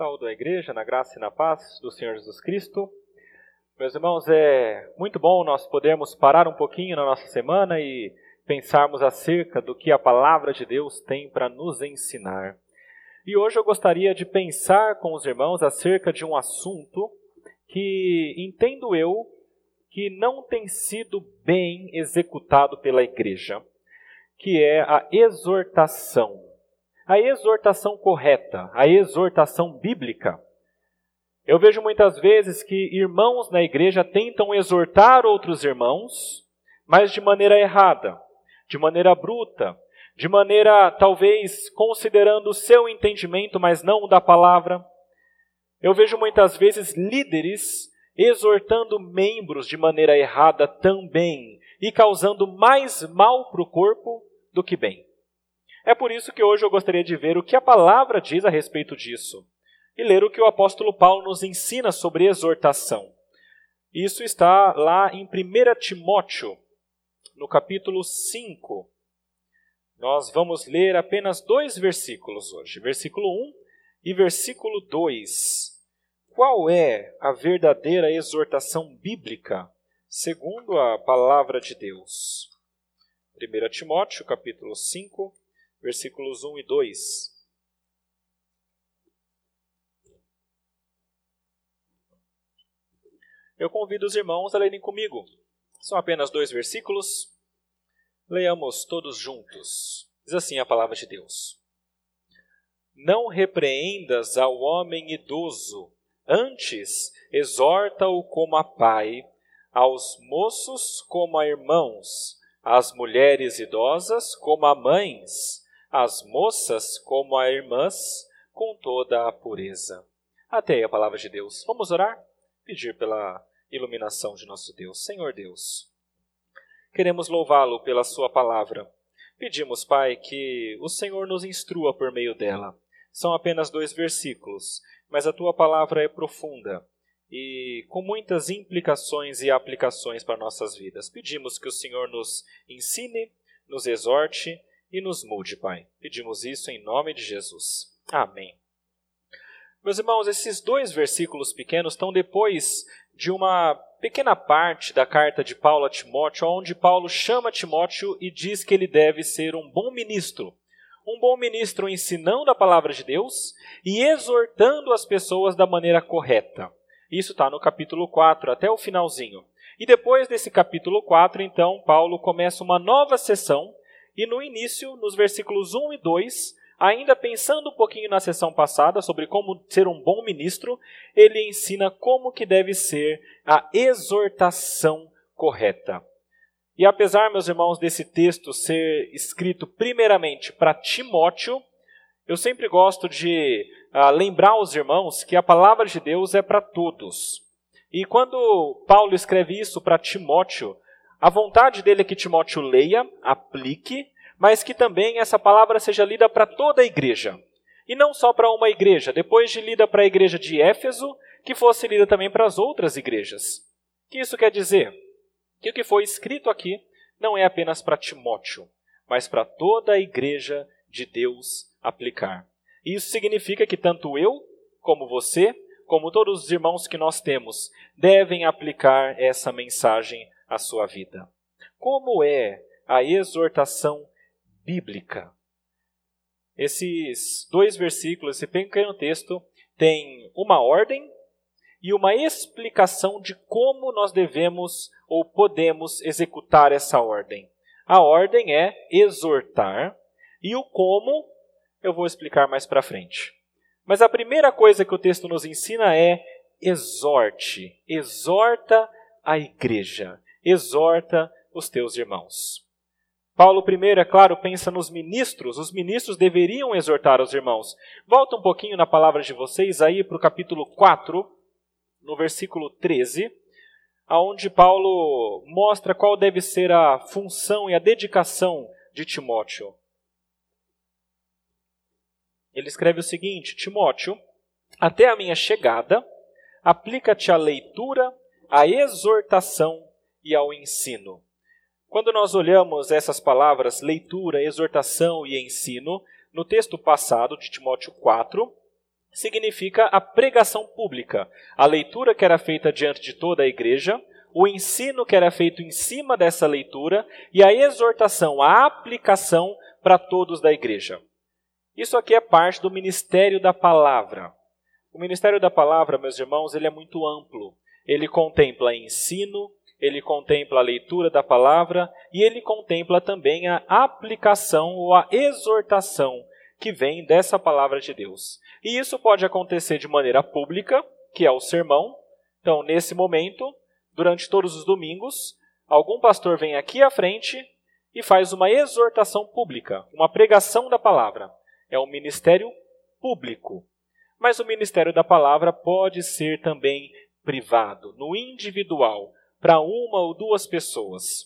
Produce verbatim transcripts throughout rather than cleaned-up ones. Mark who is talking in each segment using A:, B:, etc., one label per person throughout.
A: Saúdo a igreja, na graça e na paz do Senhor Jesus Cristo. Meus irmãos, é muito bom nós podermos parar um pouquinho na nossa semana e pensarmos acerca do que a palavra de Deus tem para nos ensinar. E hoje eu gostaria de pensar com os irmãos acerca de um assunto que entendo eu que não tem sido bem executado pela igreja, que é a exortação. A exortação correta, a exortação bíblica. Eu vejo muitas vezes que irmãos na igreja tentam exortar outros irmãos, mas de maneira errada, de maneira bruta, de maneira talvez considerando o seu entendimento, mas não o da palavra. Eu vejo muitas vezes líderes exortando membros de maneira errada também e causando mais mal para o corpo do que bem. É por isso que hoje eu gostaria de ver o que a palavra diz a respeito disso e ler o que o apóstolo Paulo nos ensina sobre exortação. Isso está lá em primeira Timóteo, no capítulo cinco. Nós vamos ler apenas dois versículos hoje, versículo um e versículo dois. Qual é a verdadeira exortação bíblica, segundo a palavra de Deus? primeira Timóteo, capítulo cinco, versículos um e dois. Eu convido os irmãos a lerem comigo. São apenas dois versículos. Leiamos todos juntos. Diz assim a palavra de Deus. Não repreendas ao homem idoso, antes exorta-o como a pai, aos moços como a irmãos, às mulheres idosas como a mães, as moças como a irmãs, com toda a pureza. Até aí a palavra de Deus. Vamos orar? Pedir pela iluminação de nosso Deus. Senhor Deus, queremos louvá-lo pela sua palavra. Pedimos, Pai, que o Senhor nos instrua por meio dela. São apenas dois versículos, mas a tua palavra é profunda e com muitas implicações e aplicações para nossas vidas. Pedimos que o Senhor nos ensine, nos exorte e nos molde, Pai. Pedimos isso em nome de Jesus. Amém. Meus irmãos, esses dois versículos pequenos estão depois de uma pequena parte da carta de Paulo a Timóteo, onde Paulo chama Timóteo e diz que ele deve ser um bom ministro. Um bom ministro ensinando a palavra de Deus e exortando as pessoas da maneira correta. Isso está no capítulo quatro, até o finalzinho. E depois desse capítulo quatro, então, Paulo começa uma nova sessão. E no início, nos versículos um e dois, ainda pensando um pouquinho na sessão passada sobre como ser um bom ministro, ele ensina como que deve ser a exortação correta. E apesar, meus irmãos, desse texto ser escrito primeiramente para Timóteo, eu sempre gosto de uh, lembrar aos irmãos que a palavra de Deus é para todos. E quando Paulo escreve isso para Timóteo, a vontade dele é que Timóteo leia, aplique, mas que também essa palavra seja lida para toda a igreja. E não só para uma igreja, depois de lida para a igreja de Éfeso, que fosse lida também para as outras igrejas. O que isso quer dizer? Que o que foi escrito aqui não é apenas para Timóteo, mas para toda a igreja de Deus aplicar. Isso significa que tanto eu, como você, como todos os irmãos que nós temos, devem aplicar essa mensagem à sua vida. Como é a exortação bíblica? Esses dois versículos, esse pequeno texto, tem uma ordem e uma explicação de como nós devemos ou podemos executar essa ordem. A ordem é exortar e o como eu vou explicar mais para frente. Mas a primeira coisa que o texto nos ensina é exorte, exorta a igreja, exorta os teus irmãos. Paulo primeiro, é claro, pensa nos ministros. Os ministros deveriam exortar os irmãos. Volta um pouquinho na palavra de vocês aí para o capítulo quatro, no versículo treze, onde Paulo mostra qual deve ser a função e a dedicação de Timóteo. Ele escreve o seguinte: Timóteo, até a minha chegada, aplica-te à leitura, à exortação e ao ensino. Quando nós olhamos essas palavras, leitura, exortação e ensino, no texto passado de Timóteo quatro, significa a pregação pública, a leitura que era feita diante de toda a igreja, o ensino que era feito em cima dessa leitura e a exortação, a aplicação para todos da igreja. Isso aqui é parte do ministério da palavra. O ministério da palavra, meus irmãos, ele é muito amplo. Ele contempla ensino, ele contempla a leitura da palavra e ele contempla também a aplicação ou a exortação que vem dessa palavra de Deus. E isso pode acontecer de maneira pública, que é o sermão. Então, nesse momento, durante todos os domingos, algum pastor vem aqui à frente e faz uma exortação pública, uma pregação da palavra. É um ministério público. Mas o ministério da palavra pode ser também privado, no individual, para uma ou duas pessoas.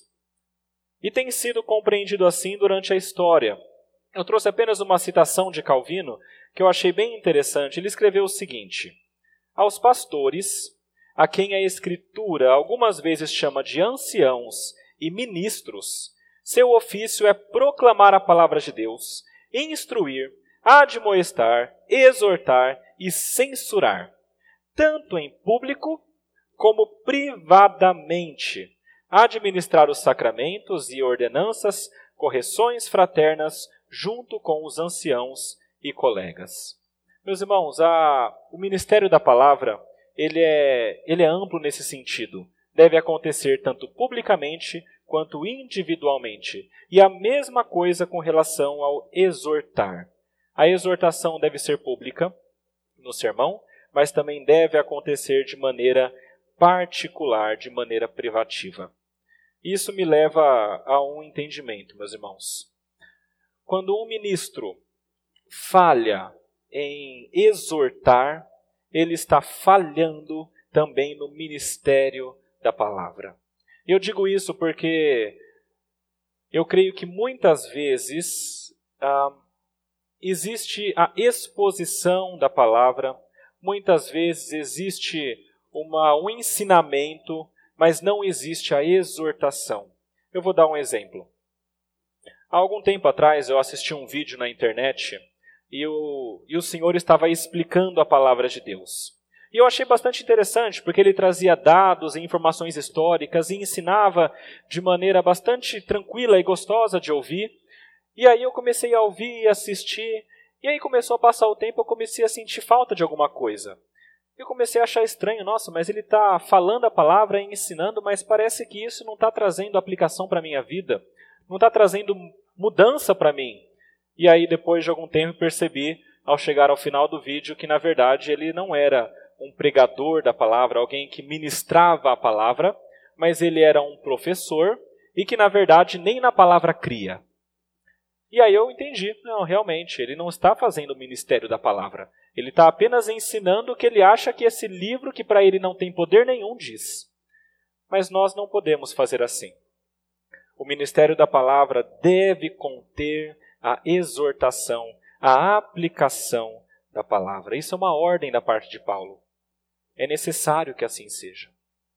A: E tem sido compreendido assim durante a história. Eu trouxe apenas uma citação de Calvino que eu achei bem interessante. Ele escreveu o seguinte: aos pastores, a quem a Escritura algumas vezes chama de anciãos e ministros, seu ofício é proclamar a palavra de Deus, instruir, admoestar, exortar e censurar, tanto em público como privadamente, administrar os sacramentos e ordenanças, correções fraternas, junto com os anciãos e colegas. Meus irmãos, a, o ministério da palavra, ele é, ele é amplo nesse sentido. Deve acontecer tanto publicamente quanto individualmente. E a mesma coisa com relação ao exortar. A exortação deve ser pública no sermão, mas também deve acontecer de maneira particular, de maneira privativa. Isso me leva a um entendimento, meus irmãos. Quando um ministro falha em exortar, ele está falhando também no ministério da palavra. Eu digo isso porque eu creio que muitas vezes ah, existe a exposição da palavra, muitas vezes existe uma, um ensinamento, mas não existe a exortação. Eu vou dar um exemplo. Há algum tempo atrás eu assisti um vídeo na internet e o, e o senhor estava explicando a palavra de Deus. E eu achei bastante interessante, porque ele trazia dados e informações históricas e ensinava de maneira bastante tranquila e gostosa de ouvir. E aí eu comecei a ouvir e assistir, e aí começou a passar o tempo, eu comecei a sentir falta de alguma coisa. Eu comecei a achar estranho, nossa, mas ele está falando a palavra e ensinando, mas parece que isso não está trazendo aplicação para a minha vida, não está trazendo mudança para mim. E aí depois de algum tempo percebi, ao chegar ao final do vídeo, que na verdade ele não era um pregador da palavra, alguém que ministrava a palavra, mas ele era um professor e que na verdade nem na palavra cria. E aí eu entendi, não, realmente, ele não está fazendo o ministério da palavra. Ele está apenas ensinando o que ele acha que esse livro, que para ele não tem poder nenhum, diz. Mas nós não podemos fazer assim. O ministério da palavra deve conter a exortação, a aplicação da palavra. Isso é uma ordem da parte de Paulo. É necessário que assim seja.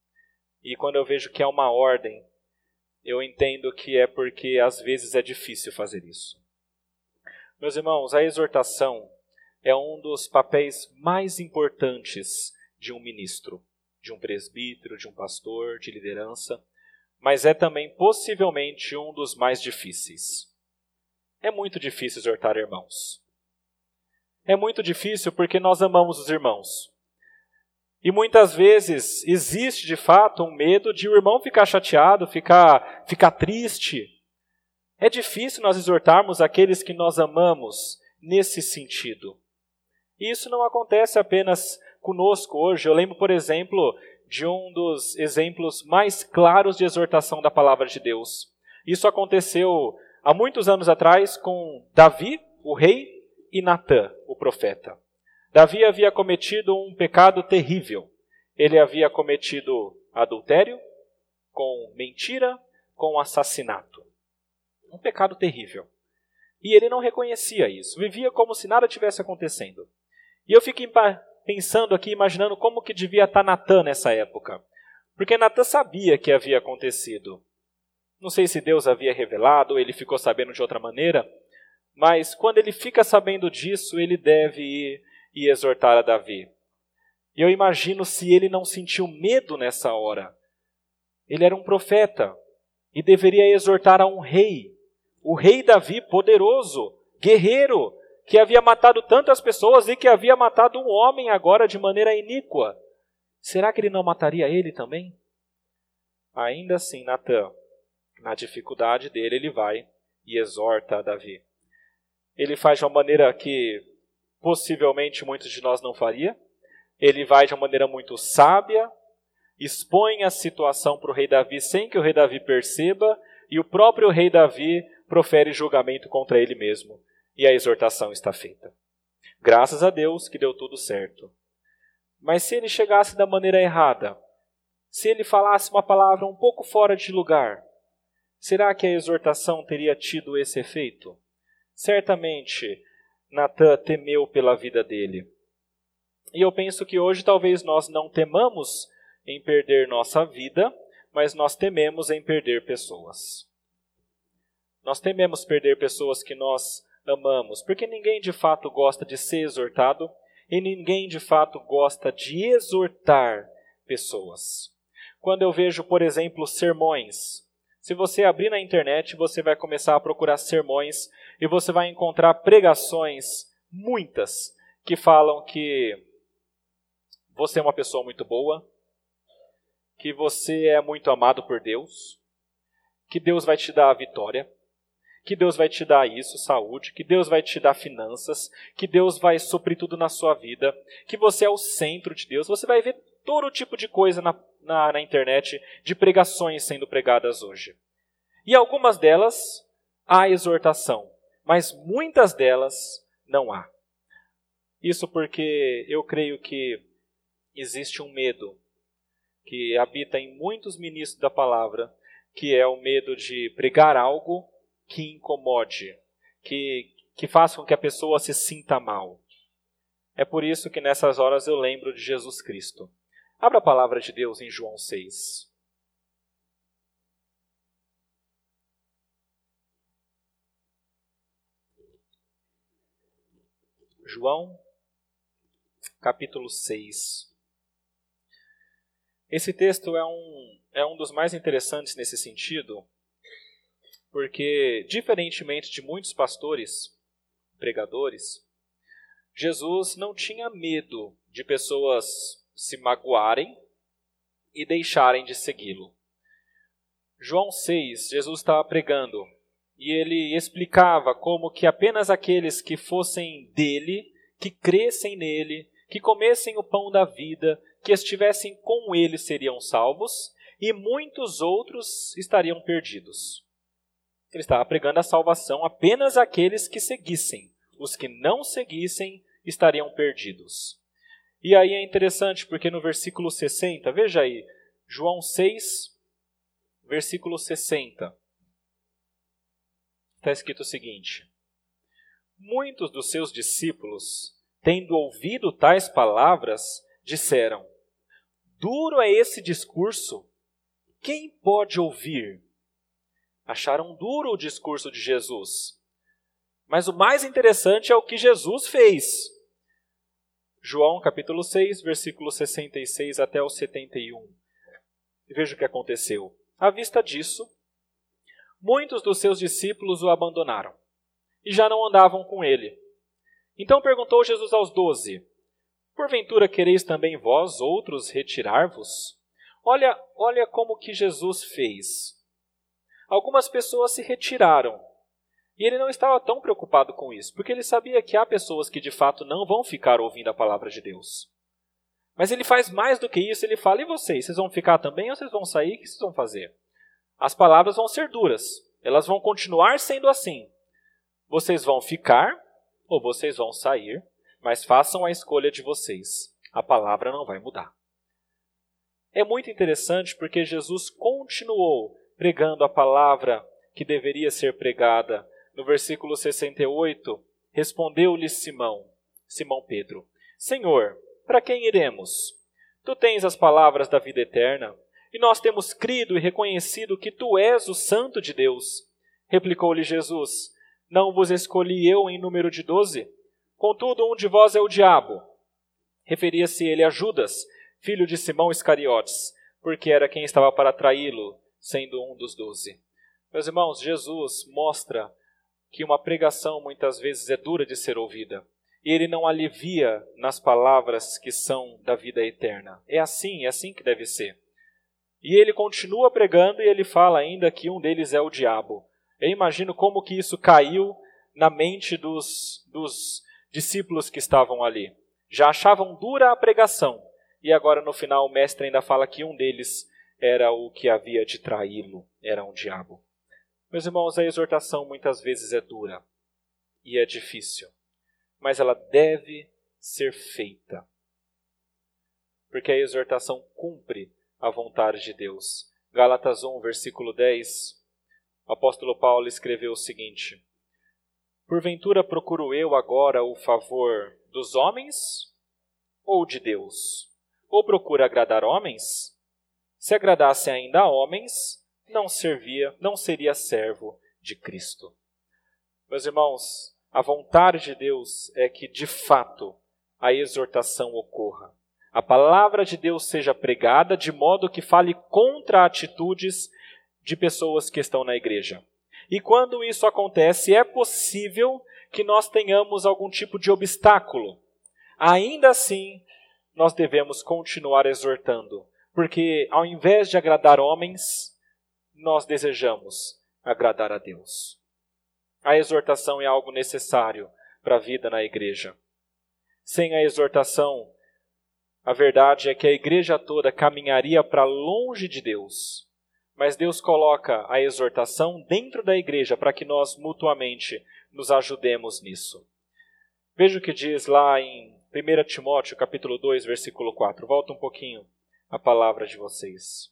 A: E quando eu vejo que é uma ordem, eu entendo que é porque às vezes é difícil fazer isso. Meus irmãos, a exortação é um dos papéis mais importantes de um ministro, de um presbítero, de um pastor, de liderança, mas é também possivelmente um dos mais difíceis. É muito difícil exortar irmãos. É muito difícil porque nós amamos os irmãos. E muitas vezes existe de fato um medo de o irmão ficar chateado, ficar, ficar triste. É difícil nós exortarmos aqueles que nós amamos nesse sentido. E isso não acontece apenas conosco hoje. Eu lembro, por exemplo, de um dos exemplos mais claros de exortação da palavra de Deus. Isso aconteceu há muitos anos atrás com Davi, o rei, e Natã, o profeta. Davi havia cometido um pecado terrível. Ele havia cometido adultério, com mentira, com assassinato. Um pecado terrível. E ele não reconhecia isso. Vivia como se nada tivesse acontecendo. E eu fiquei pensando aqui, imaginando como que devia estar Natã nessa época. Porque Natã sabia que havia acontecido. Não sei se Deus havia revelado, ou ele ficou sabendo de outra maneira. Mas quando ele fica sabendo disso, ele deve ir e exortar a Davi. E eu imagino se ele não sentiu medo nessa hora. Ele era um profeta e deveria exortar a um rei. O rei Davi, poderoso, guerreiro, que havia matado tantas pessoas e que havia matado um homem agora de maneira iníqua. Será que ele não mataria ele também? Ainda assim, Natã, na dificuldade dele, ele vai e exorta a Davi. Ele faz de uma maneira que possivelmente muitos de nós não faria. Ele vai de uma maneira muito sábia, expõe a situação para o rei Davi sem que o rei Davi perceba, e o próprio rei Davi profere julgamento contra ele mesmo. E a exortação está feita. Graças a Deus que deu tudo certo. Mas se ele chegasse da maneira errada, se ele falasse uma palavra um pouco fora de lugar, será que a exortação teria tido esse efeito? Certamente, Natã temeu pela vida dele. E eu penso que hoje talvez nós não temamos em perder nossa vida, mas nós tememos em perder pessoas. Nós tememos perder pessoas que nós amamos, porque ninguém de fato gosta de ser exortado e ninguém de fato gosta de exortar pessoas. Quando eu vejo, por exemplo, sermões, se você abrir na internet, você vai começar a procurar sermões e você vai encontrar pregações, muitas, que falam que você é uma pessoa muito boa, que você é muito amado por Deus, que Deus vai te dar a vitória, que Deus vai te dar isso, saúde, que Deus vai te dar finanças, que Deus vai suprir tudo na sua vida, que você é o centro de Deus. Você vai ver todo tipo de coisa na, na, na internet, de pregações sendo pregadas hoje. E algumas delas há exortação, mas muitas delas não há. Isso porque eu creio que existe um medo que habita em muitos ministros da palavra, que é o medo de pregar algo que incomode, que, que faça com que a pessoa se sinta mal. É por isso que nessas horas eu lembro de Jesus Cristo. Abra a palavra de Deus em João seis. João, capítulo seis. Esse texto é um, é um dos mais interessantes nesse sentido, porque, diferentemente de muitos pastores, pregadores, Jesus não tinha medo de pessoas se magoarem e deixarem de segui-lo. João seis, Jesus estava pregando, e ele explicava como que apenas aqueles que fossem dele, que crescem nele, que comessem o pão da vida, que estivessem com ele seriam salvos, e muitos outros estariam perdidos. Ele estava pregando a salvação apenas àqueles que seguissem. Os que não seguissem estariam perdidos. E aí é interessante porque no versículo sessenta, veja aí, João seis, versículo sessenta, está escrito o seguinte: muitos dos seus discípulos, tendo ouvido tais palavras, disseram: duro é esse discurso, quem pode ouvir? Acharam duro o discurso de Jesus. Mas o mais interessante é o que Jesus fez. João capítulo seis, versículo sessenta e seis até o setenta e um. Veja o que aconteceu. À vista disso, muitos dos seus discípulos o abandonaram e já não andavam com ele. Então perguntou Jesus aos doze: porventura quereis também vós outros retirar-vos? Olha, olha como que Jesus fez. Algumas pessoas se retiraram. E ele não estava tão preocupado com isso, porque ele sabia que há pessoas que de fato não vão ficar ouvindo a palavra de Deus. Mas ele faz mais do que isso, ele fala: e vocês? Vocês vão ficar também ou vocês vão sair? O que vocês vão fazer? As palavras vão ser duras, elas vão continuar sendo assim. Vocês vão ficar ou vocês vão sair, mas façam a escolha de vocês. A palavra não vai mudar. É muito interessante porque Jesus continuou pregando a palavra que deveria ser pregada. No versículo sessenta e oito, respondeu-lhe Simão, Simão Pedro: Senhor, para quem iremos? Tu tens as palavras da vida eterna, e nós temos crido e reconhecido que tu és o Santo de Deus. Replicou-lhe Jesus: não vos escolhi eu em número de doze? Contudo, um de vós é o diabo. Referia-se ele a Judas, filho de Simão Iscariotes, porque era quem estava para traí-lo, sendo um dos doze. Meus irmãos, Jesus mostra que uma pregação muitas vezes é dura de ser ouvida. E ele não alivia nas palavras que são da vida eterna. É assim, é assim que deve ser. E ele continua pregando e ele fala ainda que um deles é o diabo. Eu imagino como que isso caiu na mente dos, dos discípulos que estavam ali. Já achavam dura a pregação. E agora no final o mestre ainda fala que um deles era o que havia de traí-lo, era um diabo. Meus irmãos, a exortação muitas vezes é dura e é difícil, mas ela deve ser feita, porque a exortação cumpre a vontade de Deus. Gálatas um, versículo dez, o apóstolo Paulo escreveu o seguinte: porventura procuro eu agora o favor dos homens ou de Deus? Ou procuro agradar homens? Se agradasse ainda a homens, não servia, não seria servo de Cristo. Meus irmãos, a vontade de Deus é que, de fato, a exortação ocorra. A palavra de Deus seja pregada de modo que fale contra atitudes de pessoas que estão na igreja. E quando isso acontece, é possível que nós tenhamos algum tipo de obstáculo. Ainda assim, nós devemos continuar exortando, porque ao invés de agradar homens, nós desejamos agradar a Deus. A exortação é algo necessário para a vida na igreja. Sem a exortação, a verdade é que a igreja toda caminharia para longe de Deus. Mas Deus coloca a exortação dentro da igreja para que nós mutuamente nos ajudemos nisso. Veja o que diz lá em primeiro Timóteo, capítulo dois, versículo quatro. Volta um pouquinho a palavra de vocês.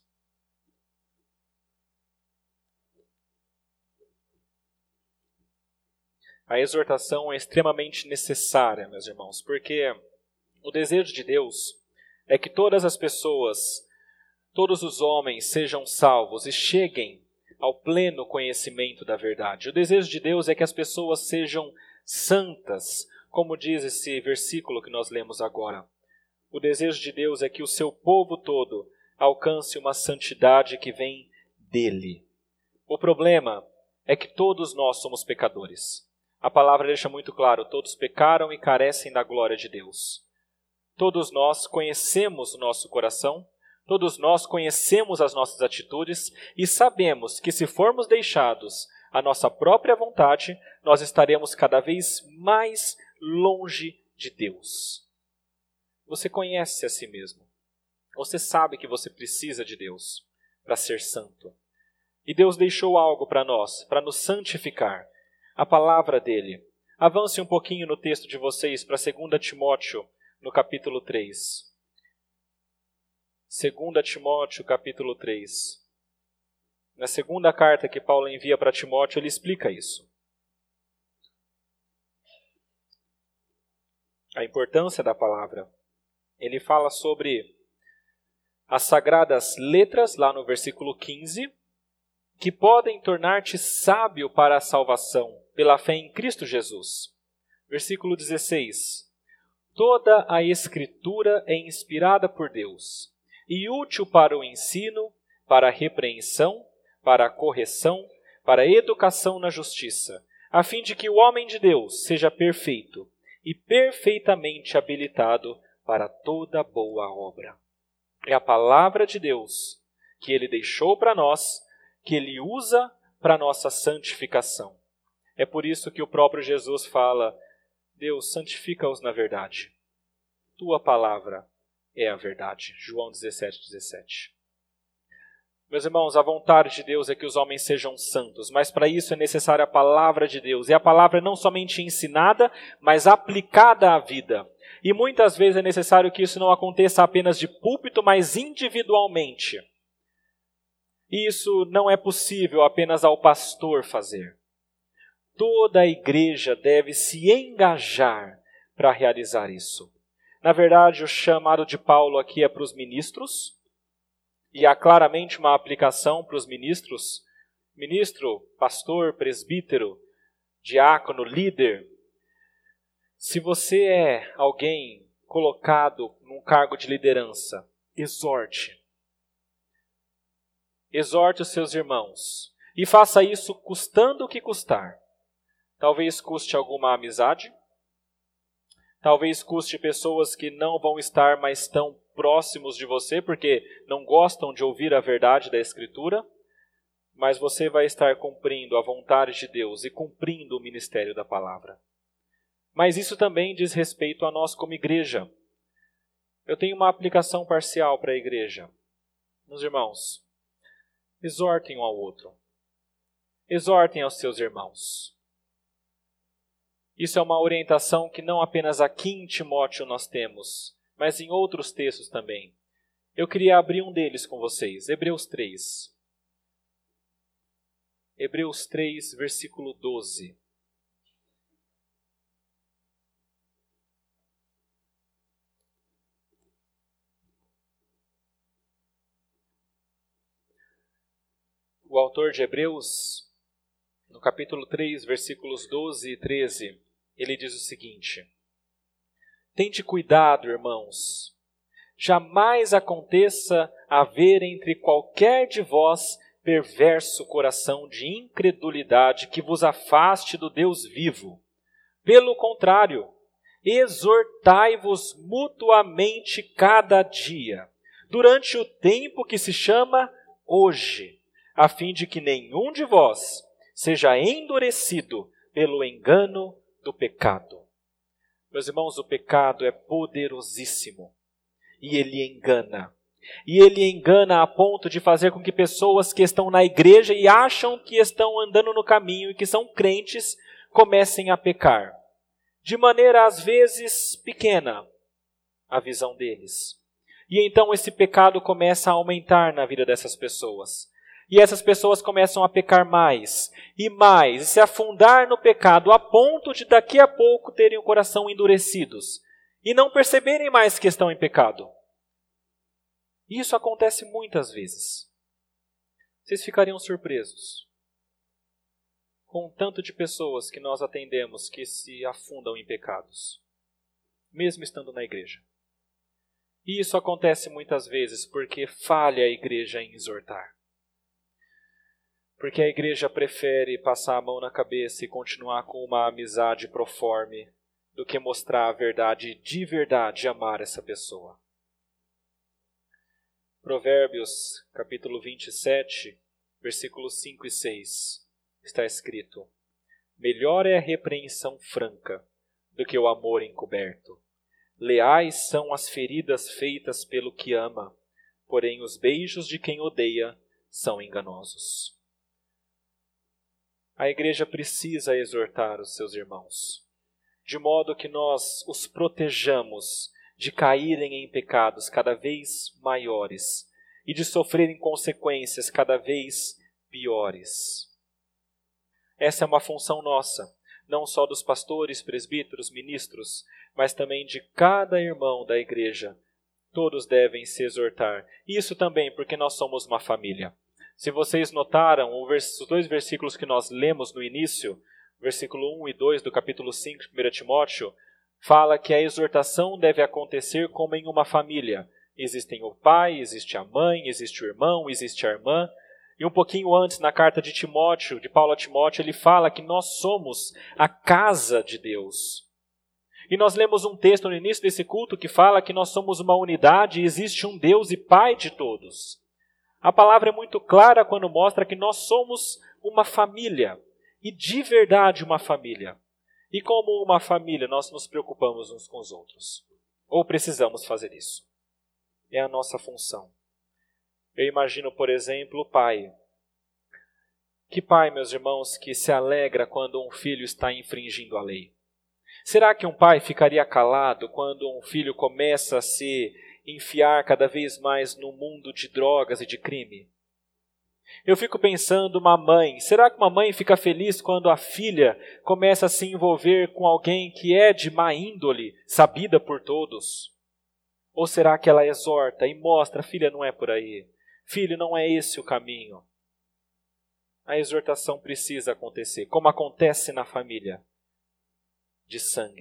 A: A exortação é extremamente necessária, meus irmãos, porque o desejo de Deus é que todas as pessoas, todos os homens sejam salvos e cheguem ao pleno conhecimento da verdade. O desejo de Deus é que as pessoas sejam santas, como diz esse versículo que nós lemos agora. O desejo de Deus é que o seu povo todo alcance uma santidade que vem dele. O problema é que todos nós somos pecadores. A palavra deixa muito claro, todos pecaram e carecem da glória de Deus. Todos nós conhecemos o nosso coração, todos nós conhecemos as nossas atitudes e sabemos que se formos deixados à nossa própria vontade, nós estaremos cada vez mais longe de Deus. Você conhece a si mesmo. Você sabe que você precisa de Deus para ser santo. E Deus deixou algo para nós, para nos santificar. A palavra dele. Avance um pouquinho no texto de vocês para dois Timóteo, no capítulo três. dois Timóteo, capítulo três. Na segunda carta que Paulo envia para Timóteo, ele explica isso. A importância da palavra. Ele fala sobre as sagradas letras, lá no versículo quinze, que podem tornar-te sábio para a salvação, pela fé em Cristo Jesus. Versículo dezesseis. Toda a Escritura é inspirada por Deus, e útil para o ensino, para a repreensão, para a correção, para a educação na justiça, a fim de que o homem de Deus seja perfeito e perfeitamente habilitado para toda boa obra. É a palavra de Deus que Ele deixou para nós, que Ele usa para nossa santificação. É por isso que o próprio Jesus fala, Deus, santifica-os na verdade. Tua palavra é a verdade. João dezessete, dezessete. Meus irmãos, a vontade de Deus é que os homens sejam santos, mas para isso é necessária a palavra de Deus. E a palavra não somente ensinada, mas aplicada à vida. E muitas vezes é necessário que isso não aconteça apenas de púlpito, mas individualmente. E isso não é possível apenas ao pastor fazer. Toda a igreja deve se engajar para realizar isso. Na verdade, o chamado de Paulo aqui é para os ministros, e há claramente uma aplicação para os ministros. Ministro, pastor, presbítero, diácono, líder. Se você é alguém colocado num cargo de liderança, exorte. Exorte os seus irmãos. E faça isso custando o que custar. Talvez custe alguma amizade. Talvez custe pessoas que não vão estar mais tão próximos de você, porque não gostam de ouvir a verdade da Escritura. Mas você vai estar cumprindo a vontade de Deus e cumprindo o ministério da palavra. Mas isso também diz respeito a nós como igreja. Eu tenho uma aplicação parcial para a igreja. Meus irmãos, exortem um ao outro. Exortem aos seus irmãos. Isso é uma orientação que não apenas aqui em Timóteo nós temos, mas em outros textos também. Eu queria abrir um deles com vocês, Hebreus três. Hebreus três, versículo doze. O autor de Hebreus, no capítulo três, versículos doze e treze, ele diz o seguinte: Tende cuidado, irmãos, jamais aconteça haver entre qualquer de vós perverso coração de incredulidade que vos afaste do Deus vivo. Pelo contrário, exortai-vos mutuamente cada dia, durante o tempo que se chama hoje, a fim de que nenhum de vós seja endurecido pelo engano do pecado. Meus irmãos, o pecado é poderosíssimo e ele engana. E ele engana a ponto de fazer com que pessoas que estão na igreja e acham que estão andando no caminho e que são crentes, comecem a pecar. De maneira, às vezes, pequena, a visão deles. E então esse pecado começa a aumentar na vida dessas pessoas. E essas pessoas começam a pecar mais e mais, e se afundar no pecado a ponto de daqui a pouco terem o coração endurecidos e não perceberem mais que estão em pecado. Isso acontece muitas vezes. Vocês ficariam surpresos com o tanto de pessoas que nós atendemos que se afundam em pecados, mesmo estando na igreja. E isso acontece muitas vezes porque falha a igreja em exortar. Porque a igreja prefere passar a mão na cabeça e continuar com uma amizade proforme do que mostrar a verdade e de verdade amar essa pessoa. Provérbios, capítulo vinte e sete, versículos cinco e seis, está escrito: Melhor é a repreensão franca do que o amor encoberto. Leais são as feridas feitas pelo que ama, porém os beijos de quem odeia são enganosos. A igreja precisa exortar os seus irmãos, de modo que nós os protejamos de caírem em pecados cada vez maiores e de sofrerem consequências cada vez piores. Essa é uma função nossa, não só dos pastores, presbíteros, ministros, mas também de cada irmão da igreja. Todos devem se exortar. Isso também porque nós somos uma família. Se vocês notaram, os dois versículos que nós lemos no início, versículo um e dois do capítulo cinco de primeira Timóteo, fala que a exortação deve acontecer como em uma família. Existem o pai, existe a mãe, existe o irmão, existe a irmã. E um pouquinho antes, na carta de Timóteo, de Paulo a Timóteo, ele fala que nós somos a casa de Deus. E nós lemos um texto no início desse culto que fala que nós somos uma unidade e existe um Deus e Pai de todos. A palavra é muito clara quando mostra que nós somos uma família, e de verdade uma família. E como uma família, nós nos preocupamos uns com os outros. Ou precisamos fazer isso. É a nossa função. Eu imagino, por exemplo, o pai. Que pai, meus irmãos, que se alegra quando um filho está infringindo a lei? Será que um pai ficaria calado quando um filho começa a se enfiar cada vez mais no mundo de drogas e de crime? Eu fico pensando, uma mãe, será que uma mãe fica feliz quando a filha começa a se envolver com alguém que é de má índole, sabida por todos? Ou será que ela exorta e mostra, filha, não é por aí, filho, não é esse o caminho? A exortação precisa acontecer, como acontece na família de sangue.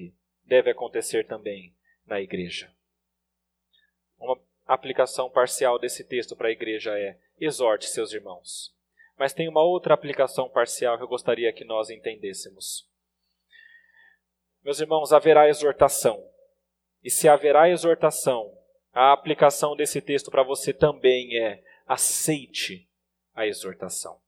A: deve acontecer também na igreja. Uma aplicação parcial desse texto para a igreja é: exorte seus irmãos. Mas tem uma outra aplicação parcial que eu gostaria que nós entendêssemos. Meus irmãos, haverá exortação. E se haverá exortação, a aplicação desse texto para você também é: aceite a exortação.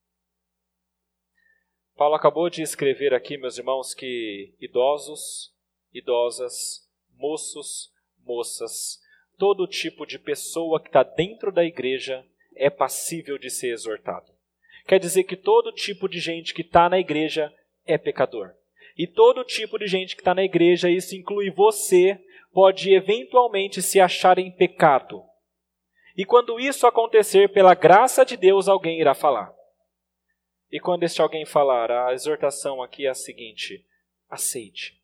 A: Paulo acabou de escrever aqui, meus irmãos, que idosos, idosas, moços, moças, todo tipo de pessoa que está dentro da igreja é passível de ser exortado. Quer dizer que todo tipo de gente que está na igreja é pecador. E todo tipo de gente que está na igreja, isso inclui você, pode eventualmente se achar em pecado. E quando isso acontecer, pela graça de Deus, alguém irá falar. E quando este alguém falar, a exortação aqui é a seguinte: aceite.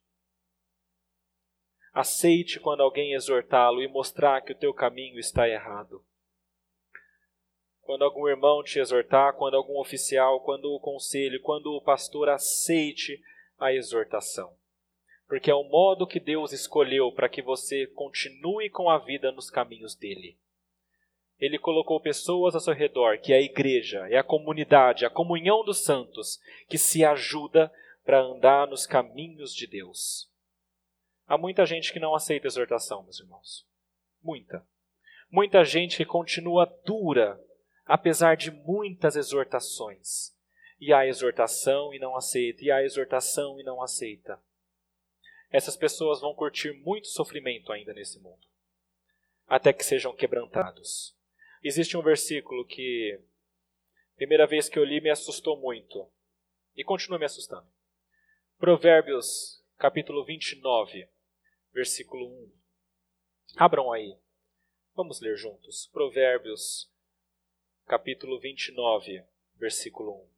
A: Aceite quando alguém exortá-lo e mostrar que o teu caminho está errado. Quando algum irmão te exortar, quando algum oficial, quando o conselho, quando o pastor, aceite a exortação. Porque é o modo que Deus escolheu para que você continue com a vida nos caminhos dele. Ele colocou pessoas ao seu redor, que é a igreja, é a comunidade, a comunhão dos santos, que se ajuda para andar nos caminhos de Deus. Há muita gente que não aceita exortação, meus irmãos. Muita. Muita gente que continua dura, apesar de muitas exortações. E há exortação e não aceita, e há exortação e não aceita. Essas pessoas vão curtir muito sofrimento ainda nesse mundo, até que sejam quebrantados. Existe um versículo que, primeira vez que eu li, me assustou muito, e continua me assustando. Provérbios, capítulo vinte e nove, versículo um. Abram aí, vamos ler juntos. Provérbios, capítulo vinte e nove, versículo um.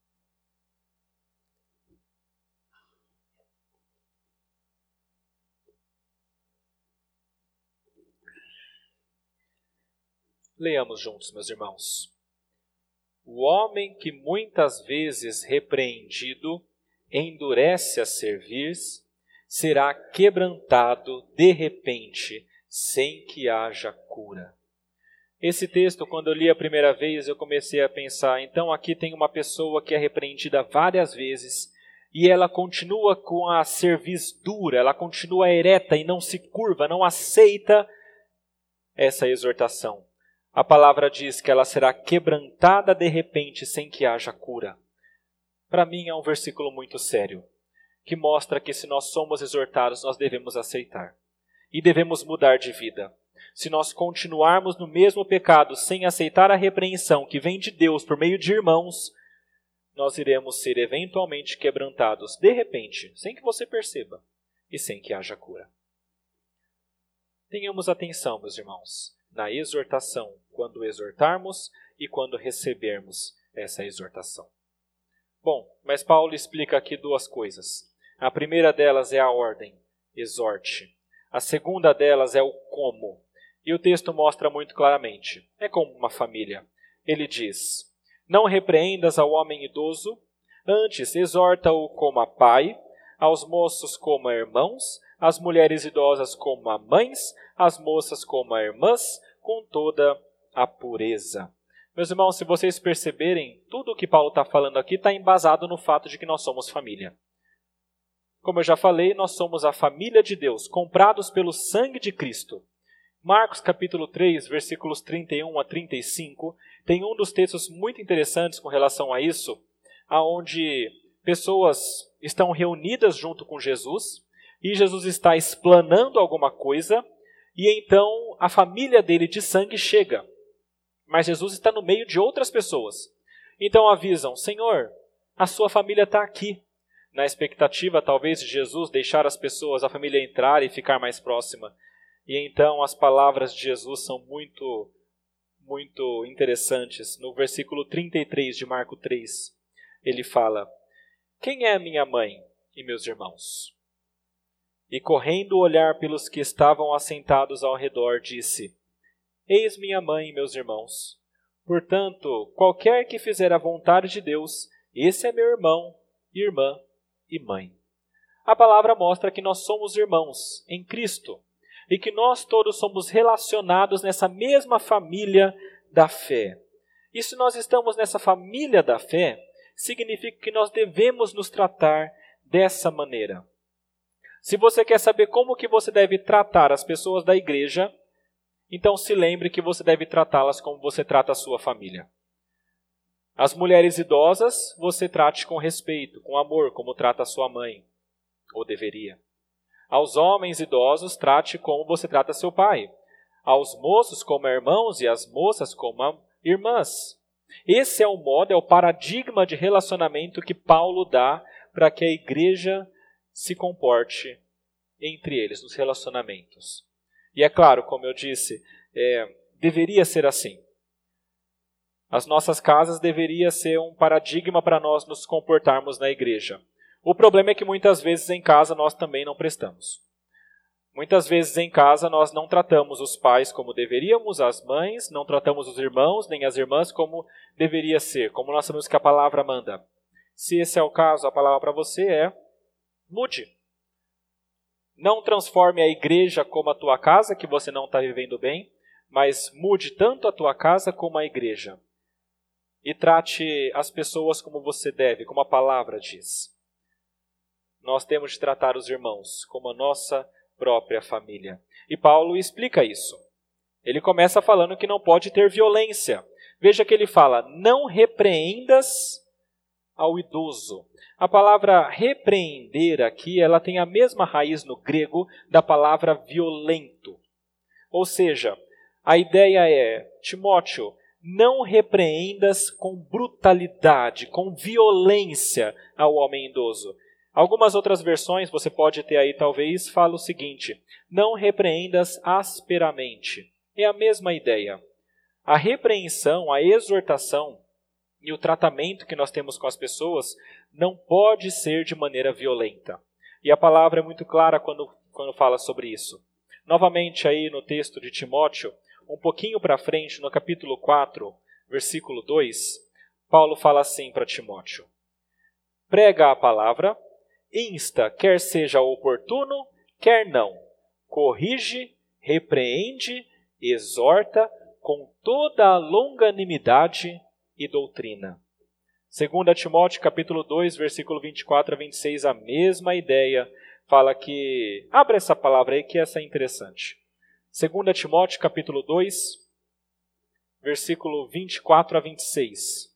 A: Leiamos juntos, meus irmãos. O homem que muitas vezes repreendido endurece a servir, será quebrantado de repente, sem que haja cura. Esse texto, quando eu li a primeira vez, eu comecei a pensar, então aqui tem uma pessoa que é repreendida várias vezes, e ela continua com a cerviz dura, ela continua ereta e não se curva, não aceita essa exortação. A palavra diz que ela será quebrantada de repente, sem que haja cura. Para mim é um versículo muito sério, que mostra que se nós somos exortados, nós devemos aceitar. E devemos mudar de vida. Se nós continuarmos no mesmo pecado, sem aceitar a repreensão que vem de Deus por meio de irmãos, nós iremos ser eventualmente quebrantados, de repente, sem que você perceba, e sem que haja cura. Tenhamos atenção, meus irmãos, na exortação, quando exortarmos e quando recebermos essa exortação. Bom, mas Paulo explica aqui duas coisas. A primeira delas é a ordem, exorte. A segunda delas é o como. E o texto mostra muito claramente. É como uma família. Ele diz: não repreendas ao homem idoso, antes exorta-o como a pai, aos moços como a irmãos, as mulheres idosas como a mães, as moças como a irmãs, com toda a pureza. Meus irmãos, se vocês perceberem, tudo o que Paulo está falando aqui está embasado no fato de que nós somos família. Como eu já falei, nós somos a família de Deus, comprados pelo sangue de Cristo. Marcos capítulo três, versículos trinta e um a trinta e cinco, tem um dos textos muito interessantes com relação a isso, onde pessoas estão reunidas junto com Jesus, e Jesus está explanando alguma coisa, e então a família dele de sangue chega. Mas Jesus está no meio de outras pessoas. Então avisam: Senhor, a sua família está aqui. Na expectativa, talvez, de Jesus deixar as pessoas, a família entrar e ficar mais próxima. E então as palavras de Jesus são muito, muito interessantes. No versículo trinta e três de Marcos três, ele fala: quem é minha mãe e meus irmãos? E correndo olhar pelos que estavam assentados ao redor, disse: eis minha mãe e meus irmãos. Portanto, qualquer que fizer a vontade de Deus, esse é meu irmão, irmã e mãe. A palavra mostra que nós somos irmãos em Cristo e que nós todos somos relacionados nessa mesma família da fé. E se nós estamos nessa família da fé, significa que nós devemos nos tratar dessa maneira. Se você quer saber como que você deve tratar as pessoas da igreja, então se lembre que você deve tratá-las como você trata a sua família. As mulheres idosas, você trate com respeito, com amor, como trata a sua mãe, ou deveria. Aos homens idosos, trate como você trata seu pai. Aos moços como irmãos e às moças como irmãs. Esse é o modo, é o paradigma de relacionamento que Paulo dá para que a igreja se comporte entre eles, nos relacionamentos. E é claro, como eu disse, é, deveria ser assim. As nossas casas deveria ser um paradigma para nós nos comportarmos na igreja. O problema é que muitas vezes em casa nós também não prestamos. Muitas vezes em casa nós não tratamos os pais como deveríamos, as mães, não tratamos os irmãos nem as irmãs como deveria ser, como nós sabemos que a palavra manda. Se esse é o caso, a palavra para você é: mude. Não transforme a igreja como a tua casa, que você não está vivendo bem, mas mude tanto a tua casa como a igreja. E trate as pessoas como você deve, como a palavra diz. Nós temos de tratar os irmãos como a nossa própria família. E Paulo explica isso. Ele começa falando que não pode ter violência. Veja que ele fala: não repreendas ao idoso. A palavra repreender aqui, ela tem a mesma raiz no grego da palavra violento. Ou seja, a ideia é: Timóteo, não repreendas com brutalidade, com violência ao homem idoso. Algumas outras versões, você pode ter aí talvez, fala o seguinte: não repreendas asperamente. É a mesma ideia. A repreensão, a exortação e o tratamento que nós temos com as pessoas não pode ser de maneira violenta. E a palavra é muito clara quando, quando fala sobre isso. Novamente aí no texto de Timóteo, um pouquinho para frente, no capítulo quatro, versículo dois, Paulo fala assim para Timóteo: prega a palavra, insta, quer seja oportuno, quer não, corrige, repreende, exorta com toda a longanimidade e doutrina. Segunda Timóteo, capítulo dois, versículo vinte e quatro a vinte e seis, a mesma ideia, fala que... Abra essa palavra aí que essa é interessante. Segunda Timóteo, capítulo dois, versículo vinte e quatro a vinte e seis.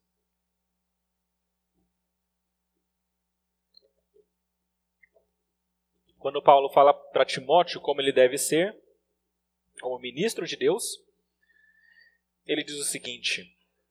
A: Quando Paulo fala para Timóteo como ele deve ser, como ministro de Deus, ele diz o seguinte...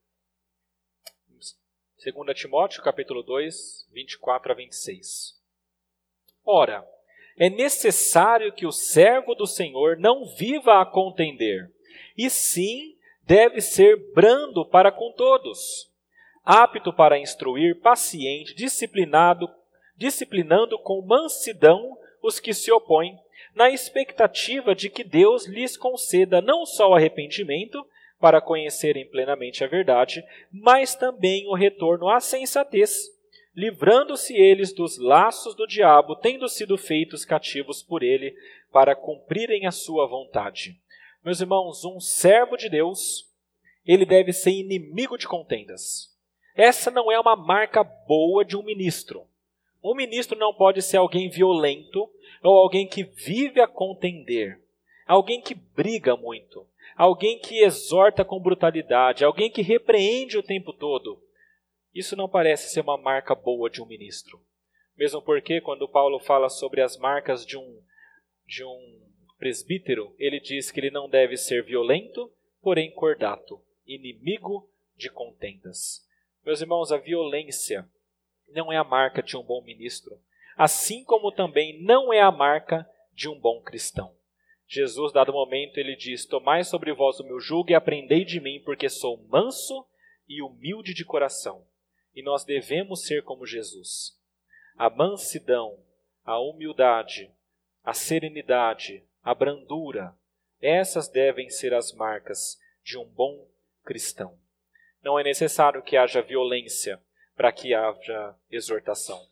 A: Segunda Timóteo, capítulo dois, vinte e quatro a vinte e seis. Ora, é necessário que o servo do Senhor não viva a contender, e sim deve ser brando para com todos, apto para instruir, paciente, disciplinado, disciplinando com mansidão os que se opõem, na expectativa de que Deus lhes conceda não só o arrependimento, para conhecerem plenamente a verdade, mas também o retorno à sensatez, livrando-se eles dos laços do diabo, tendo sido feitos cativos por ele, para cumprirem a sua vontade. Meus irmãos, um servo de Deus, ele deve ser inimigo de contendas. Essa não é uma marca boa de um ministro. Um ministro não pode ser alguém violento, ou alguém que vive a contender, alguém que briga muito, alguém que exorta com brutalidade, alguém que repreende o tempo todo. Isso não parece ser uma marca boa de um ministro. Mesmo porque, quando Paulo fala sobre as marcas de um, de um presbítero, ele diz que ele não deve ser violento, porém cordato, inimigo de contendas. Meus irmãos, a violência não é a marca de um bom ministro, assim como também não é a marca de um bom cristão. Jesus, dado momento, ele diz: tomai sobre vós o meu jugo e aprendei de mim, porque sou manso e humilde de coração. E nós devemos ser como Jesus. A mansidão, a humildade, a serenidade, a brandura, essas devem ser as marcas de um bom cristão. Não é necessário que haja violência para que haja exortação.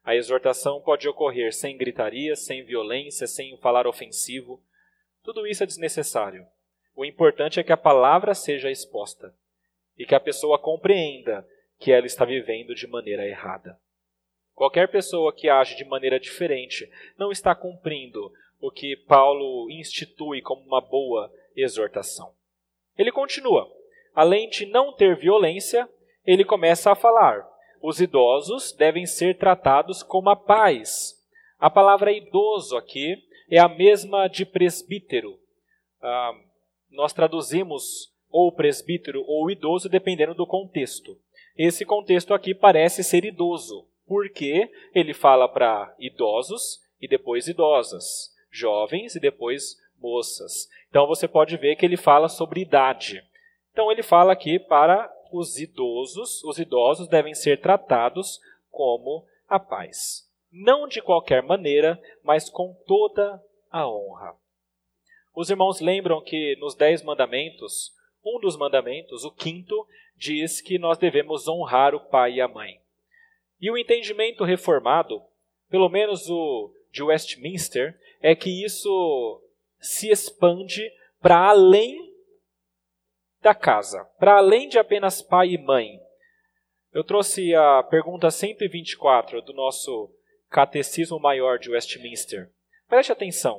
A: A exortação pode ocorrer sem gritaria, sem violência, sem falar ofensivo. Tudo isso é desnecessário. O importante é que a palavra seja exposta e que a pessoa compreenda que ela está vivendo de maneira errada. Qualquer pessoa que age de maneira diferente não está cumprindo o que Paulo institui como uma boa exortação. Ele continua. Além de não ter violência, ele começa a falar. Os idosos devem ser tratados como a paz. A palavra idoso aqui é a mesma de presbítero. Ah, nós traduzimos ou presbítero ou idoso dependendo do contexto. Esse contexto aqui parece ser idoso, porque ele fala para idosos e depois idosas, jovens e depois moças. Então você pode ver que ele fala sobre idade. Então ele fala aqui para os idosos, os idosos devem ser tratados como a paz. Não de qualquer maneira, mas com toda a honra. Os irmãos lembram que nos Dez Mandamentos, um dos mandamentos, o quinto, diz que nós devemos honrar o pai e a mãe. E o entendimento reformado, pelo menos o de Westminster, é que isso se expande para além da casa, para além de apenas pai e mãe. Eu trouxe a pergunta cento e vinte e quatro do nosso Catecismo Maior de Westminster. Preste atenção.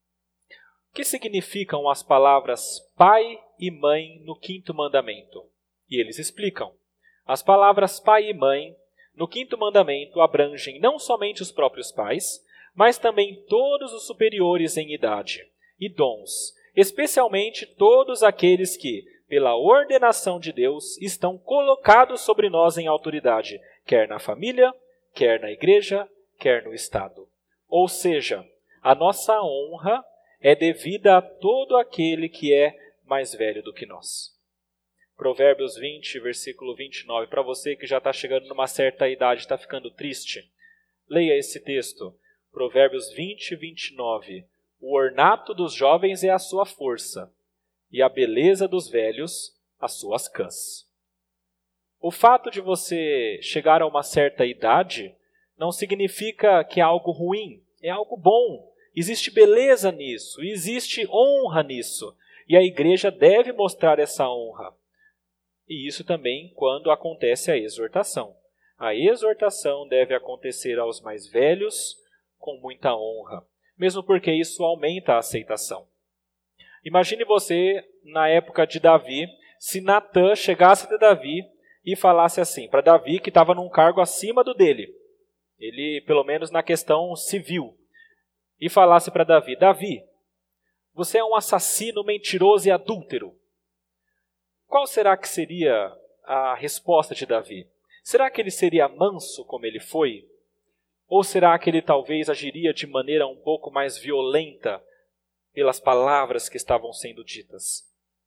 A: O que significam as palavras pai e mãe no quinto mandamento? E eles explicam. As palavras pai e mãe no quinto mandamento abrangem não somente os próprios pais, mas também todos os superiores em idade e dons, especialmente todos aqueles que, pela ordenação de Deus, estão colocados sobre nós em autoridade, quer na família, quer na igreja, quer no Estado. Ou seja, a nossa honra é devida a todo aquele que é mais velho do que nós. Provérbios vinte, versículo vinte e nove. Para você que já está chegando numa certa idade e está ficando triste, leia esse texto. Provérbios vinte, vinte e nove. O ornato dos jovens é a sua força, e a beleza dos velhos as suas cãs. O fato de você chegar a uma certa idade não significa que é algo ruim, é algo bom. Existe beleza nisso, existe honra nisso, e a igreja deve mostrar essa honra. E isso também quando acontece a exortação. A exortação deve acontecer aos mais velhos com muita honra, mesmo porque isso aumenta a aceitação. Imagine você, na época de Davi, se Natã chegasse até Davi e falasse assim, para Davi que estava num cargo acima do dele, ele, pelo menos na questão civil, e falasse para Davi, Davi, você é um assassino, mentiroso e adúltero. Qual será que seria a resposta de Davi? Será que ele seria manso como ele foi? Ou será que ele talvez agiria de maneira um pouco mais violenta pelas palavras que estavam sendo ditas?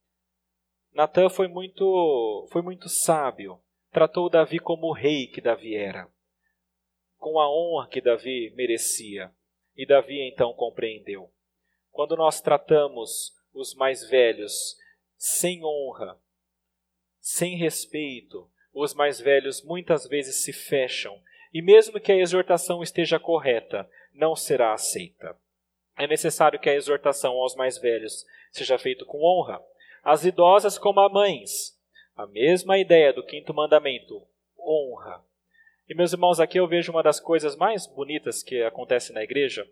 A: Natã foi muito, foi muito sábio. Tratou Davi como o rei que Davi era, com a honra que Davi merecia. E Davi então compreendeu. Quando nós tratamos os mais velhos sem honra, sem respeito, os mais velhos muitas vezes se fecham, e mesmo que a exortação esteja correta, não será aceita. É necessário que a exortação aos mais velhos seja feita com honra. As idosas como as mães, a mesma ideia do quinto mandamento, honra. E meus irmãos, aqui eu vejo uma das coisas mais bonitas que acontece na igreja.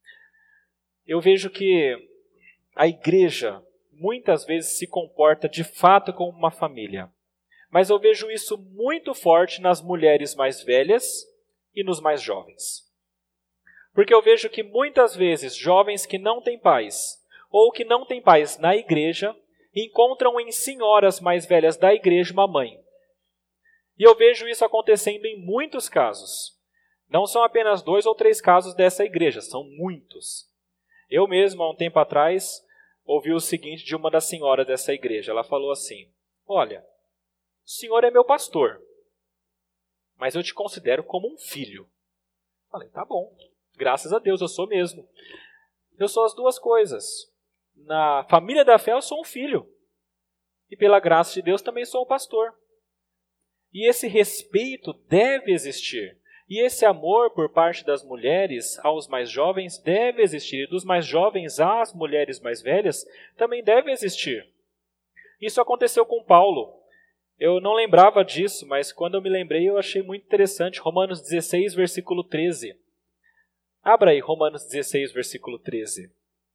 A: Eu vejo que a igreja muitas vezes se comporta de fato como uma família. Mas eu vejo isso muito forte nas mulheres mais velhas e nos mais jovens. Porque eu vejo que muitas vezes jovens que não têm pais, ou que não têm pais na igreja, encontram em senhoras mais velhas da igreja uma mãe. E eu vejo isso acontecendo em muitos casos. Não são apenas dois ou três casos dessa igreja, são muitos. Eu mesmo, há um tempo atrás, ouvi o seguinte de uma das senhoras dessa igreja. Ela falou assim, olha, o senhor é meu pastor, mas eu te considero como um filho. Falei, tá bom, graças a Deus, eu sou mesmo. Eu sou as duas coisas. Na família da fé eu sou um filho. E pela graça de Deus também sou um pastor. E esse respeito deve existir. E esse amor por parte das mulheres aos mais jovens deve existir, e dos mais jovens às mulheres mais velhas também deve existir. Isso aconteceu com Paulo. Eu não lembrava disso, mas quando eu me lembrei eu achei muito interessante. Romanos dezesseis, versículo treze. Abra aí Romanos dezesseis, versículo treze.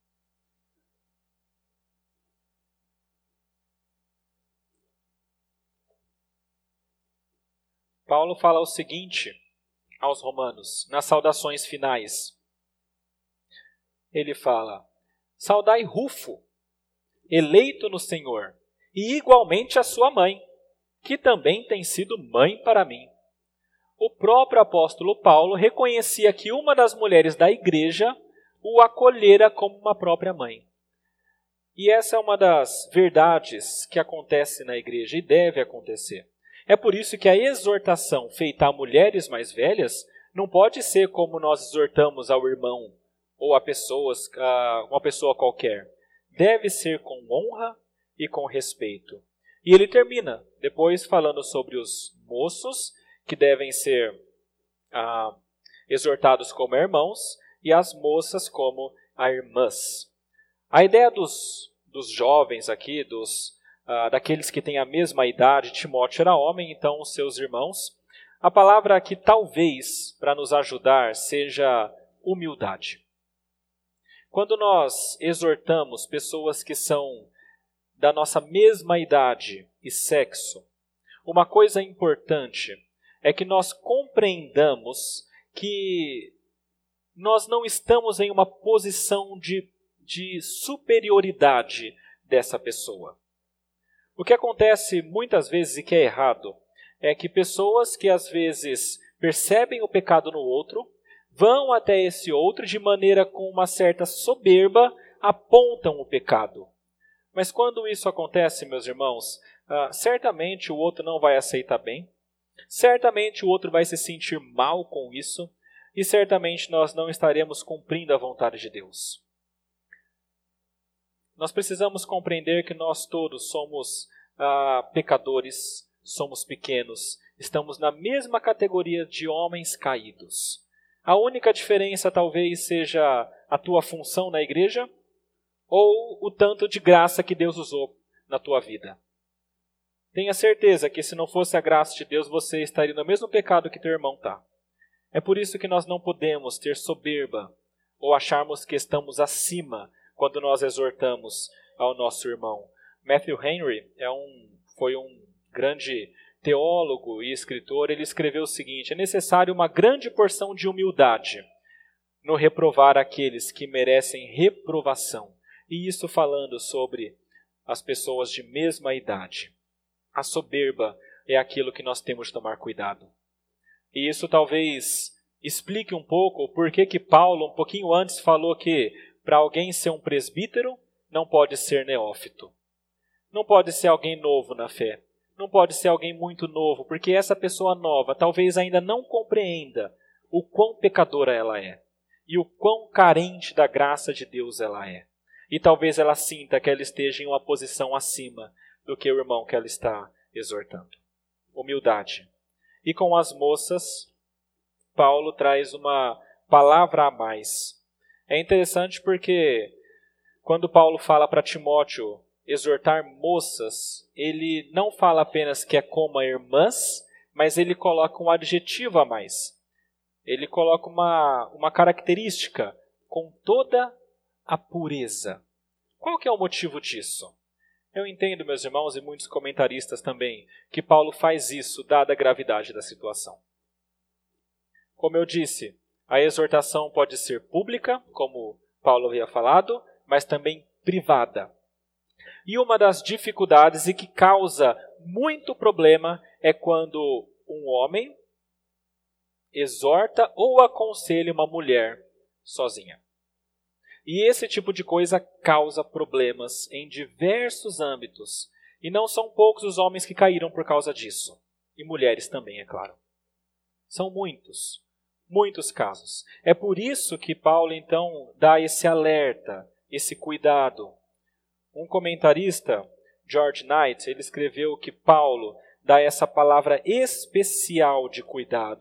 A: Paulo fala o seguinte aos romanos, nas saudações finais. Ele fala: saudai Rufo, eleito no Senhor, e igualmente a sua mãe, que também tem sido mãe para mim. O próprio apóstolo Paulo reconhecia que uma das mulheres da igreja o acolhera como uma própria mãe. E essa é uma das verdades que acontece na igreja e deve acontecer. É por isso que a exortação feita a mulheres mais velhas não pode ser como nós exortamos ao irmão ou a pessoas, a uma pessoa qualquer. Deve ser com honra e com respeito. E ele termina depois falando sobre os moços que devem ser ah, exortados como irmãos e as moças como irmãs. A ideia dos, dos jovens aqui, dos Uh, daqueles que têm a mesma idade, Timóteo era homem, então os seus irmãos. A palavra aqui, talvez, para nos ajudar, seja humildade. Quando nós exortamos pessoas que são da nossa mesma idade e sexo, uma coisa importante é que nós compreendamos que nós não estamos em uma posição de, de superioridade dessa pessoa. O que acontece muitas vezes e que é errado é que pessoas que às vezes percebem o pecado no outro, vão até esse outro de maneira com uma certa soberba, apontam o pecado. Mas quando isso acontece, meus irmãos, uh, certamente o outro não vai aceitar bem, certamente o outro vai se sentir mal com isso, e certamente nós não estaremos cumprindo a vontade de Deus. Nós precisamos compreender que nós todos somos ah, pecadores, somos pequenos, estamos na mesma categoria de homens caídos. A única diferença talvez seja a tua função na igreja ou o tanto de graça que Deus usou na tua vida. Tenha certeza que se não fosse a graça de Deus, você estaria no mesmo pecado que teu irmão está. É por isso que nós não podemos ter soberba ou acharmos que estamos acima quando nós exortamos ao nosso irmão. Matthew Henry é um, foi um grande teólogo e escritor. Ele escreveu o seguinte: é necessário uma grande porção de humildade no reprovar aqueles que merecem reprovação. E isso falando sobre as pessoas de mesma idade. A soberba é aquilo que nós temos de tomar cuidado. E isso talvez explique um pouco o porquê que Paulo, um pouquinho antes, falou que para alguém ser um presbítero, não pode ser neófito. Não pode ser alguém novo na fé. Não pode ser alguém muito novo, porque essa pessoa nova talvez ainda não compreenda o quão pecadora ela é e o quão carente da graça de Deus ela é. E talvez ela sinta que ela esteja em uma posição acima do que o irmão que ela está exortando. Humildade. E com as moças, Paulo traz uma palavra a mais. É interessante porque quando Paulo fala para Timóteo exortar moças, ele não fala apenas que é como a irmãs, mas ele coloca um adjetivo a mais. Ele coloca uma, uma característica com toda a pureza. Qual que é o motivo disso? Eu entendo, meus irmãos, e muitos comentaristas também, que Paulo faz isso, dada a gravidade da situação. Como eu disse, a exortação pode ser pública, como Paulo havia falado, mas também privada. E uma das dificuldades e que causa muito problema é quando um homem exorta ou aconselha uma mulher sozinha. E esse tipo de coisa causa problemas em diversos âmbitos. E não são poucos os homens que caíram por causa disso. E mulheres também, é claro. São muitos. Muitos casos. É por isso que Paulo, então, dá esse alerta, esse cuidado. Um comentarista, George Knight, ele escreveu que Paulo dá essa palavra especial de cuidado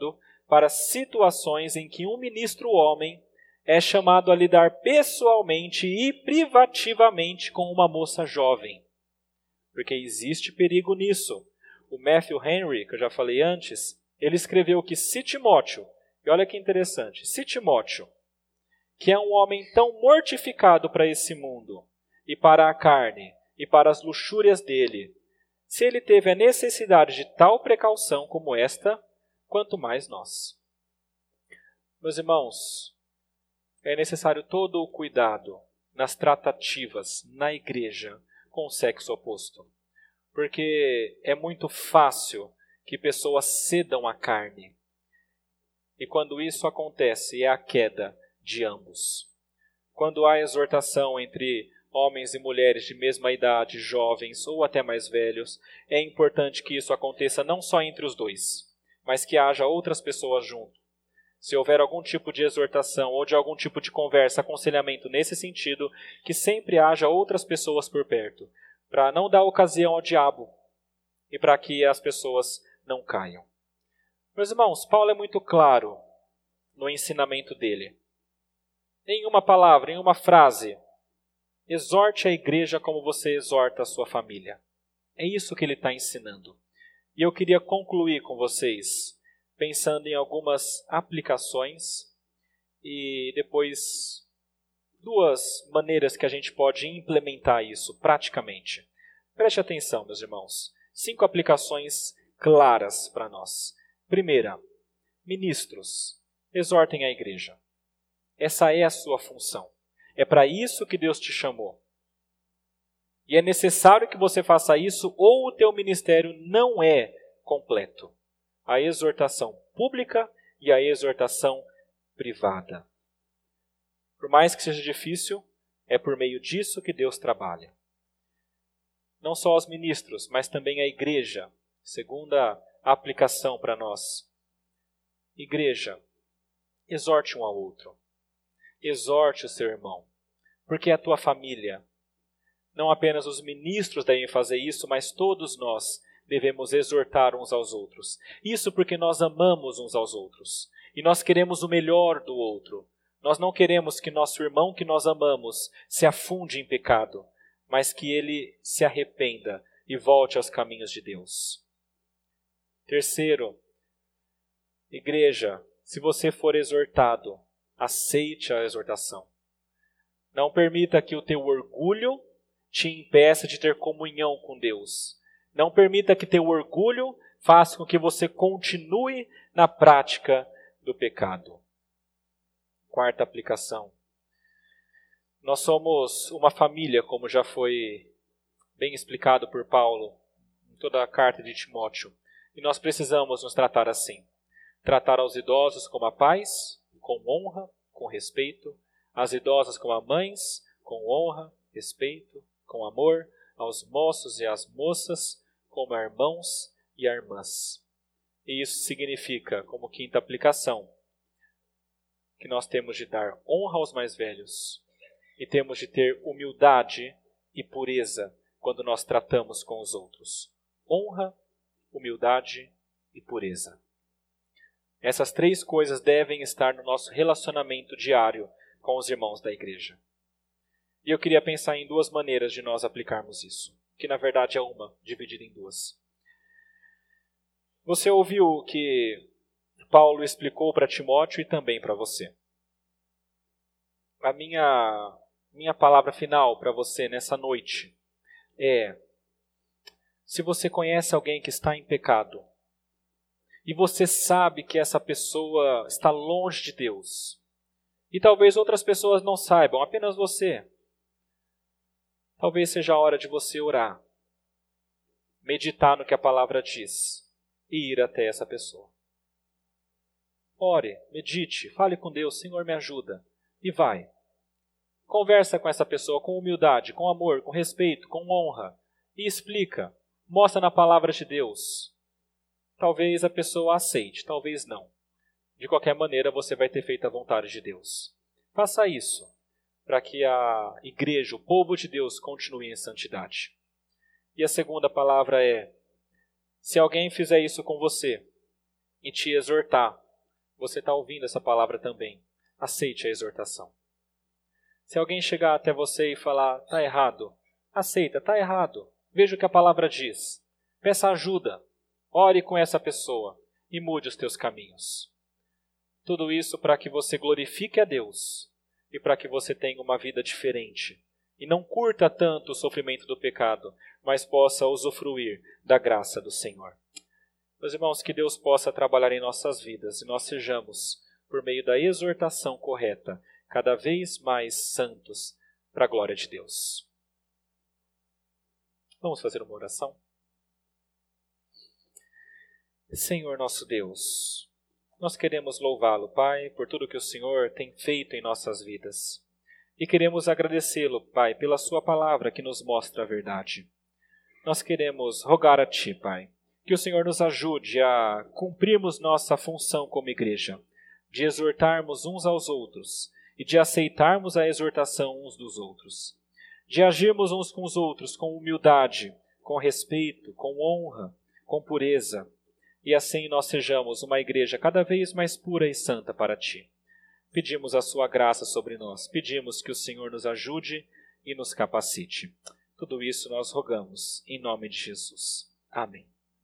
A: para situações em que um ministro homem é chamado a lidar pessoalmente e privativamente com uma moça jovem. Porque existe perigo nisso. O Matthew Henry, que eu já falei antes, ele escreveu que se Timóteo, e olha que interessante, se Timóteo, que é um homem tão mortificado para esse mundo, e para a carne, e para as luxúrias dele, se ele teve a necessidade de tal precaução como esta, quanto mais nós. Meus irmãos, é necessário todo o cuidado nas tratativas na igreja com o sexo oposto. Porque é muito fácil que pessoas cedam à carne. E quando isso acontece, é a queda de ambos. Quando há exortação entre homens e mulheres de mesma idade, jovens ou até mais velhos, é importante que isso aconteça não só entre os dois, mas que haja outras pessoas junto. Se houver algum tipo de exortação ou de algum tipo de conversa, aconselhamento nesse sentido, que sempre haja outras pessoas por perto, para não dar ocasião ao diabo e para que as pessoas não caiam. Meus irmãos, Paulo é muito claro no ensinamento dele. Em uma palavra, em uma frase, exorte a igreja como você exorta a sua família. É isso que ele está ensinando. E eu queria concluir com vocês, pensando em algumas aplicações e depois duas maneiras que a gente pode implementar isso praticamente. Preste atenção, meus irmãos. Cinco aplicações claras para nós. Primeira, ministros, exortem a igreja. Essa é a sua função. É para isso que Deus te chamou. E é necessário que você faça isso ou o teu ministério não é completo. A exortação pública e a exortação privada. Por mais que seja difícil, é por meio disso que Deus trabalha. Não só os ministros, mas também a igreja. Segunda aplicação para nós. Igreja, exorte um ao outro. Exorte o seu irmão, porque é a tua família. Não apenas os ministros devem fazer isso, mas todos nós devemos exortar uns aos outros. Isso porque nós amamos uns aos outros. E nós queremos o melhor do outro. Nós não queremos que nosso irmão que nós amamos se afunde em pecado, mas que ele se arrependa e volte aos caminhos de Deus. Terceiro, igreja, se você for exortado, aceite a exortação. Não permita que o teu orgulho te impeça de ter comunhão com Deus. Não permita que teu orgulho faça com que você continue na prática do pecado. Quarta aplicação. Nós somos uma família, como já foi bem explicado por Paulo em toda a carta de Timóteo. E nós precisamos nos tratar assim. Tratar aos idosos como a pais, com honra, com respeito. As idosas como a mães, com honra, respeito, com amor. Aos moços e às moças, como a irmãos e a irmãs. E isso significa, como quinta aplicação, que nós temos de dar honra aos mais velhos e temos de ter humildade e pureza quando nós tratamos com os outros. Honra, humildade e pureza. Essas três coisas devem estar no nosso relacionamento diário com os irmãos da igreja. E eu queria pensar em duas maneiras de nós aplicarmos isso, que na verdade é uma, dividida em duas. Você ouviu o que Paulo explicou para Timóteo e também para você. A minha, minha palavra final para você nessa noite é: se você conhece alguém que está em pecado, e você sabe que essa pessoa está longe de Deus, e talvez outras pessoas não saibam, apenas você, talvez seja a hora de você orar, meditar no que a palavra diz e ir até essa pessoa. Ore, medite, fale com Deus: Senhor, me ajuda. E vai. Conversa com essa pessoa com humildade, com amor, com respeito, com honra. E explica. Mostra na palavra de Deus. Talvez a pessoa aceite, talvez não. De qualquer maneira, você vai ter feito a vontade de Deus. Faça isso, para que a igreja, o povo de Deus, continue em santidade. E a segunda palavra é: se alguém fizer isso com você e te exortar, você está ouvindo essa palavra também. Aceite a exortação. Se alguém chegar até você e falar, está errado, aceita, está errado. Veja o que a palavra diz. Peça ajuda. Ore com essa pessoa e mude os teus caminhos. Tudo isso para que você glorifique a Deus e para que você tenha uma vida diferente. E não curta tanto o sofrimento do pecado, mas possa usufruir da graça do Senhor. Meus irmãos, que Deus possa trabalhar em nossas vidas e nós sejamos, por meio da exortação correta, cada vez mais santos para a glória de Deus. Vamos fazer uma oração? Senhor nosso Deus, nós queremos louvá-lo, Pai, por tudo que o Senhor tem feito em nossas vidas. E queremos agradecê-lo, Pai, pela sua palavra que nos mostra a verdade. Nós queremos rogar a Ti, Pai, que o Senhor nos ajude a cumprirmos nossa função como igreja, de exortarmos uns aos outros e de aceitarmos a exortação uns dos outros, de agirmos uns com os outros com humildade, com respeito, com honra, com pureza, e assim nós sejamos uma igreja cada vez mais pura e santa para Ti. Pedimos a sua graça sobre nós, pedimos que o Senhor nos ajude e nos capacite. Tudo isso nós rogamos em nome de Jesus. Amém.